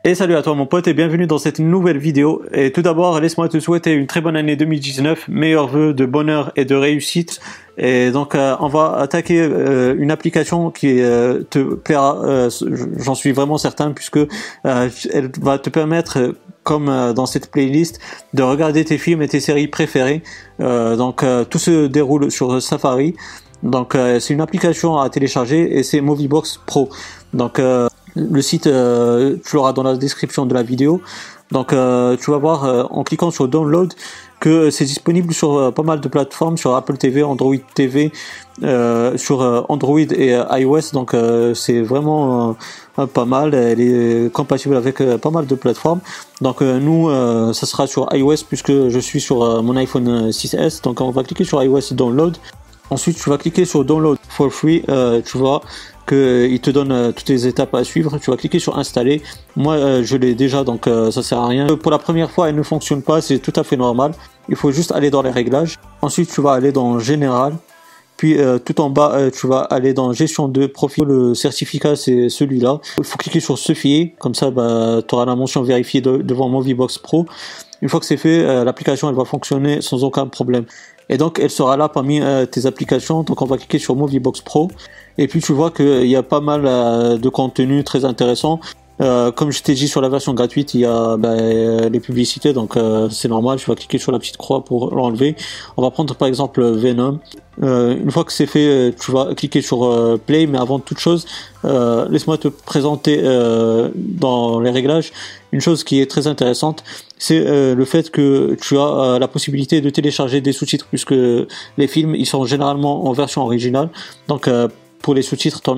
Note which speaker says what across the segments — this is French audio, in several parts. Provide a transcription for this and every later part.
Speaker 1: Et salut à toi mon pote et bienvenue dans cette nouvelle vidéo. Et tout d'abord, laisse-moi te souhaiter une très bonne année 2019, meilleurs vœux de bonheur et de réussite. Et donc on va attaquer une application qui te plaira, j'en suis vraiment certain, puisque elle va te permettre, comme dans cette playlist, de regarder tes films et tes séries préférées. Tout se déroule sur Safari. Donc c'est une application à télécharger et c'est Moviebox Pro. Donc le site, tu l'auras dans la description de la vidéo. Donc tu vas voir en cliquant sur Download que c'est disponible sur pas mal de plateformes, sur Apple TV, Android TV, sur Android et iOS. Donc c'est vraiment pas mal. Elle est compatible avec pas mal de plateformes. Donc nous, ça sera sur iOS puisque je suis sur mon iPhone 6S. Donc on va cliquer sur iOS Download. Ensuite, tu vas cliquer sur Download for free. Tu vois qu'il te donne toutes les étapes à suivre. Tu vas cliquer sur installer. Moi je l'ai déjà, donc ça sert à rien. Pour la première fois elle ne fonctionne pas, c'est tout à fait normal. Il faut juste aller dans les réglages. Ensuite tu vas aller dans général, puis tout en bas tu vas aller dans gestion de profil. Le certificat c'est celui-là. Il faut cliquer sur se fier, comme ça tu auras la mention vérifiée devant Moviebox Pro. Une fois que c'est fait, l'application elle va fonctionner sans aucun problème. Et donc elle sera là parmi tes applications. Donc on va cliquer sur Moviebox Pro et puis tu vois qu'il y a pas mal de contenu très intéressant. Comme je t'ai dit, sur la version gratuite il y a les publicités, donc c'est normal. Tu vas cliquer sur la petite croix pour l'enlever. On va prendre par exemple Venom. Une fois que c'est fait, tu vas cliquer sur Play, mais avant toute chose, laisse-moi te présenter dans les réglages une chose qui est très intéressante. C'est le fait que tu as la possibilité de télécharger des sous-titres, puisque les films ils sont généralement en version originale. Donc pour les sous-titres, t'en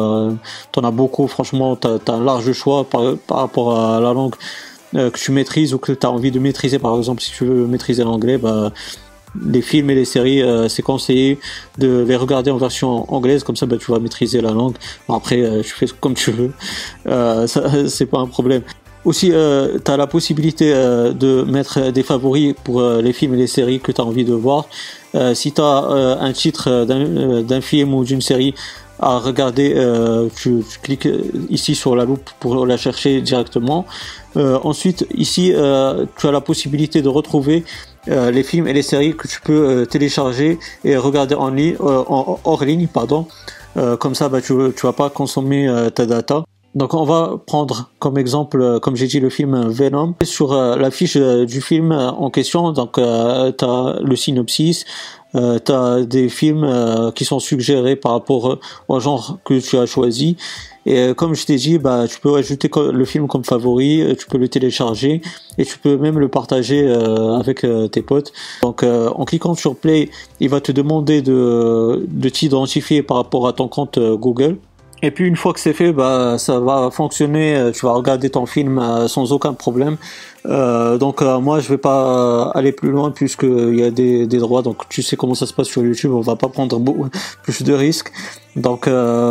Speaker 1: as beaucoup. Franchement, t'as un large choix par rapport à la langue que tu maîtrises ou que tu as envie de maîtriser. Par exemple, si tu veux maîtriser l'anglais, les films et les séries, c'est conseillé de les regarder en version anglaise, comme ça tu vas maîtriser la langue. Bon, après, tu fais comme tu veux, ça c'est pas un problème. Aussi, tu as la possibilité de mettre des favoris pour les films et les séries que tu as envie de voir. Si tu as un titre d'un film ou d'une série à regarder, tu cliques ici sur la loupe pour la chercher directement. Ensuite, ici, tu as la possibilité de retrouver les films et les séries que tu peux télécharger et regarder en ligne, hors ligne, pardon. Comme ça, tu vas pas consommer ta data. Donc on va prendre comme exemple, comme j'ai dit, le film Venom. Sur la fiche du film en question, donc tu as le synopsis, tu as des films qui sont suggérés par rapport au genre que tu as choisi. Et comme je t'ai dit, tu peux ajouter le film comme favori, tu peux le télécharger et tu peux même le partager avec tes potes. Donc en cliquant sur Play, il va te demander de t'identifier par rapport à ton compte Google. Et puis une fois que c'est fait, ça va fonctionner, tu vas regarder ton film sans aucun problème. Moi je vais pas aller plus loin puisqu'il y a des droits, donc tu sais comment ça se passe sur YouTube, on va pas prendre plus de risques. Donc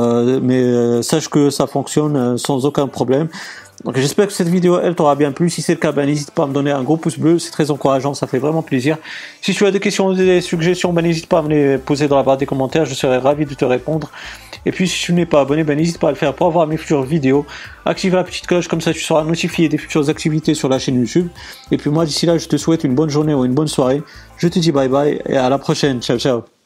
Speaker 1: sache que ça fonctionne sans aucun problème. Donc j'espère que cette vidéo elle t'aura bien plu. Si c'est le cas, n'hésite pas à me donner un gros pouce bleu, c'est très encourageant, ça fait vraiment plaisir. Si tu as des questions ou des suggestions, n'hésite pas à me les poser dans la barre des commentaires, je serai ravi de te répondre. Et puis si tu n'es pas abonné, n'hésite pas à le faire pour avoir mes futures vidéos. Active la petite cloche, comme ça tu seras notifié des futures activités sur la chaîne YouTube. Et puis moi d'ici là je te souhaite une bonne journée ou une bonne soirée. Je te dis bye bye et à la prochaine, ciao ciao.